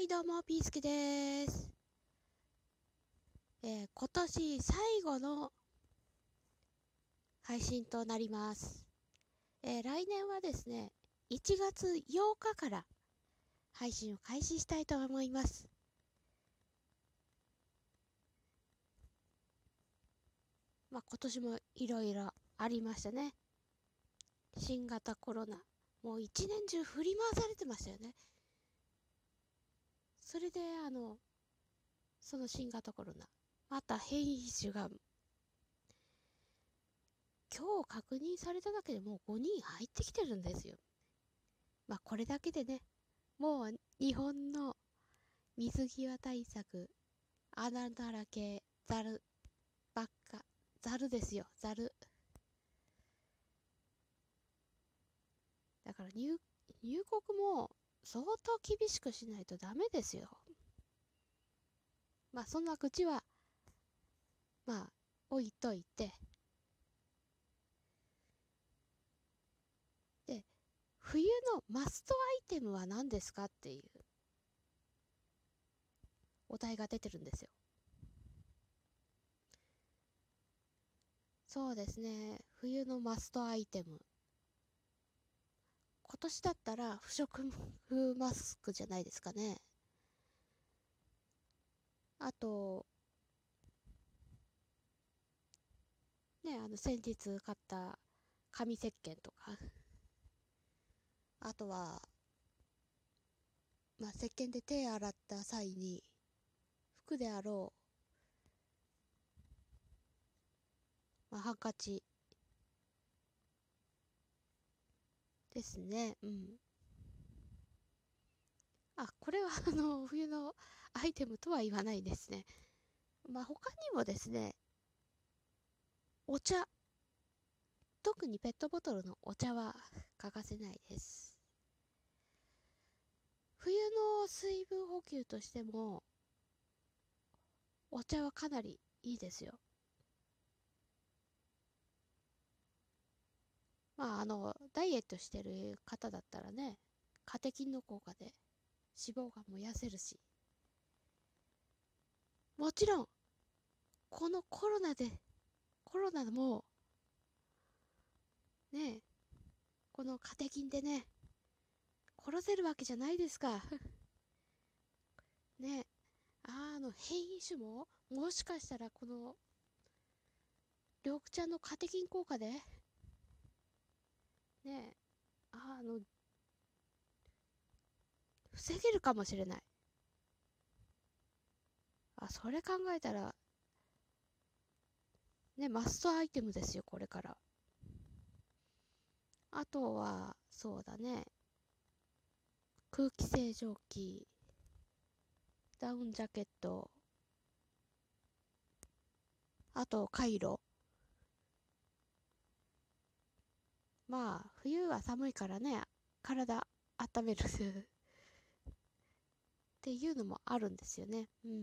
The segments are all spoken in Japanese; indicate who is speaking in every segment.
Speaker 1: はいどうも、ピースケです。今年最後の配信となります。来年はですね、1月8日から配信を開始したいと思います。今年もいろいろありましたね。新型コロナ。もう一年中振り回されてましたよね。それでその新型コロナ。また変異種が今日確認されただけでもう5人入ってきてるんですよ。これだけでね、もう日本の水際対策、穴だらけ、ザルばっか、ザルですよ、ザル。だから入国も相当厳しくしないとダメですよ。そんな口は、置いといて。で、冬のマストアイテムは何ですかっていうお題が出てるんですよ。そうですね、冬のマストアイテム。今年だったら不織布マスクじゃないですかね。あと、ね、先日買った紙石鹸とか、あとは、石鹸で手洗った際に、服であろう、ハンカチですね。うん。これは冬のアイテムとは言わないですね。他にもですね、お茶。特にペットボトルのお茶は欠かせないです。冬の水分補給としても、お茶はかなりいいですよ。ダイエットしてる方だったらね、カテキンの効果で脂肪が燃やせるし、もちろん、このコロナも、ね、このカテキンでね、殺せるわけじゃないですか。ね、変異種も、もしかしたらこの、緑茶のカテキン効果で、ね、防げるかもしれない。それ考えたら、ね、マストアイテムですよ、これから。あとは、そうだね、空気清浄機、ダウンジャケット、あと、カイロ。冬は寒いからね、体温めるっていうのもあるんですよね。うん。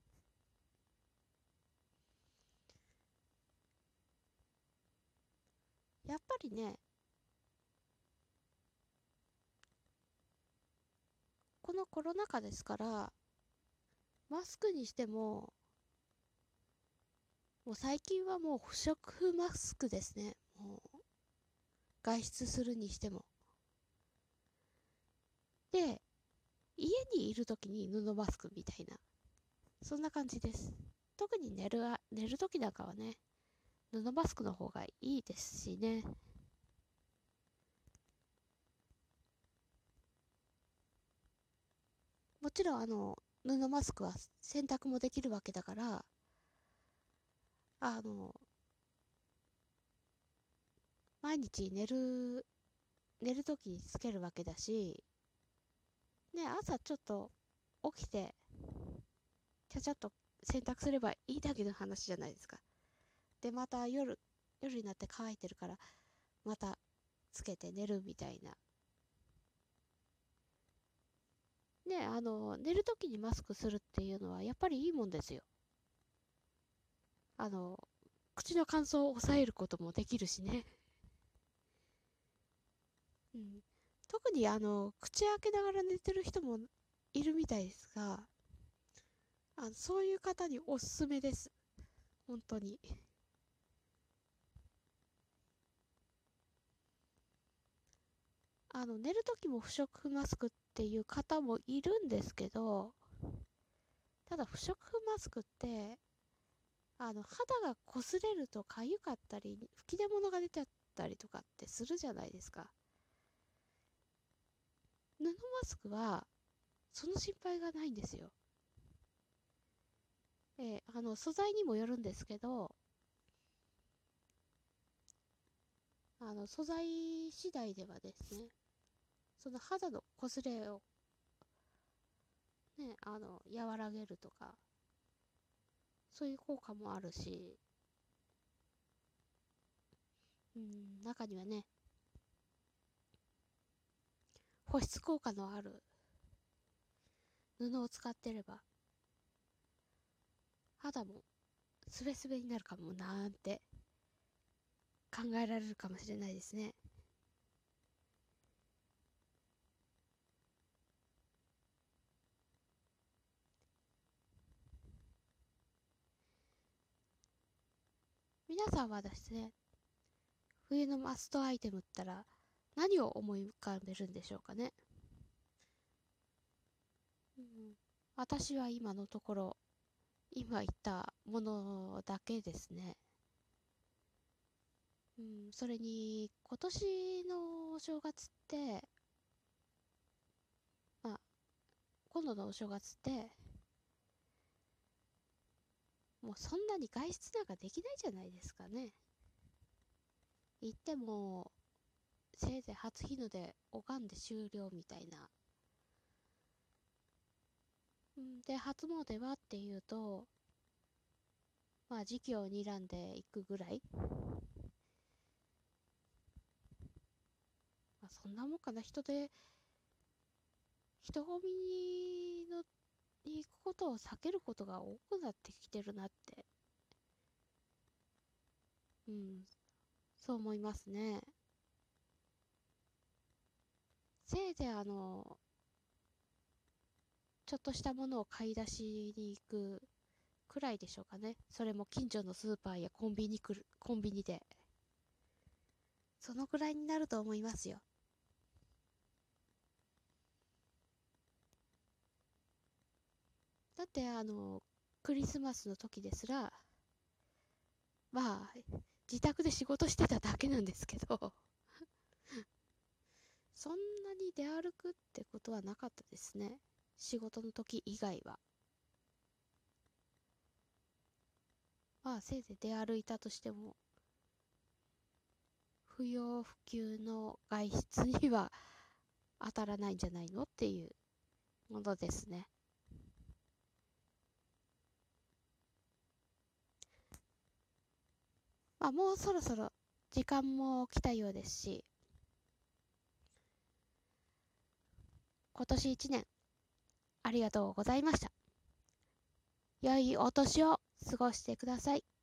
Speaker 1: やっぱりね、このコロナ禍ですから、マスクにしても、もう最近はもう不織布マスクですね。もう、外出するにしても。で、家にいるときに布マスクみたいな。そんな感じです。特に寝るときなんかはね、布マスクの方がいいですしね。もちろん布マスクは洗濯もできるわけだから、あの、毎日寝るときにつけるわけだし、ね、朝ちょっと起きて、ちゃちゃっと洗濯すればいいだけの話じゃないですか。で、また夜になって乾いてるから、またつけて寝るみたいな。ね、寝るときにマスクするっていうのはやっぱりいいもんですよ。あの、口の乾燥を抑えることもできるしね。うん。特に口開けながら寝てる人もいるみたいですが、そういう方におすすめです。本当に。寝るときも不織布マスクっていう方もいるんですけど、ただ不織布マスクって、肌が擦れると痒かったり、吹き出物が出ちゃったりとかってするじゃないですか。布マスクは、その心配がないんですよ。素材にもよるんですけど、素材次第ではですね、その肌の擦れをね、和らげるとか、そういう効果もあるし、中にはね、保湿効果のある布を使ってれば、肌もスベスベになるかもなんて考えられるかもしれないですね。皆さんはですね、冬のマストアイテムったら何を思い浮かべるんでしょうかね。うん、私は今のところ、今言ったものだけですね。それに、今年のお正月って、まあ、今度のお正月って、もうそんなに外出なんかできないじゃないですかね。行っても、せいぜい初日の出拝んで終了みたいな。で、初詣はっていうと、まあ時期を睨んでいくぐらい。まあそんなもんかな。人混みに行くことを避けることが多くなってきてるなって。うん、そう思いますね。せいぜいちょっとしたものを買い出しに行くくらいでしょうかね。それも近所のスーパーやコンビニで。そのくらいになると思いますよ。だってクリスマスの時ですら、まあ、自宅で仕事してただけなんですけど、そんなに出歩くってことはなかったですね。仕事の時以外は。まあ、せいぜい出歩いたとしても、不要不急の外出には当たらないんじゃないのっていうものですね。まあ、もうそろそろ時間も来たようですし、今年1年ありがとうございました。良いお年を過ごしてください。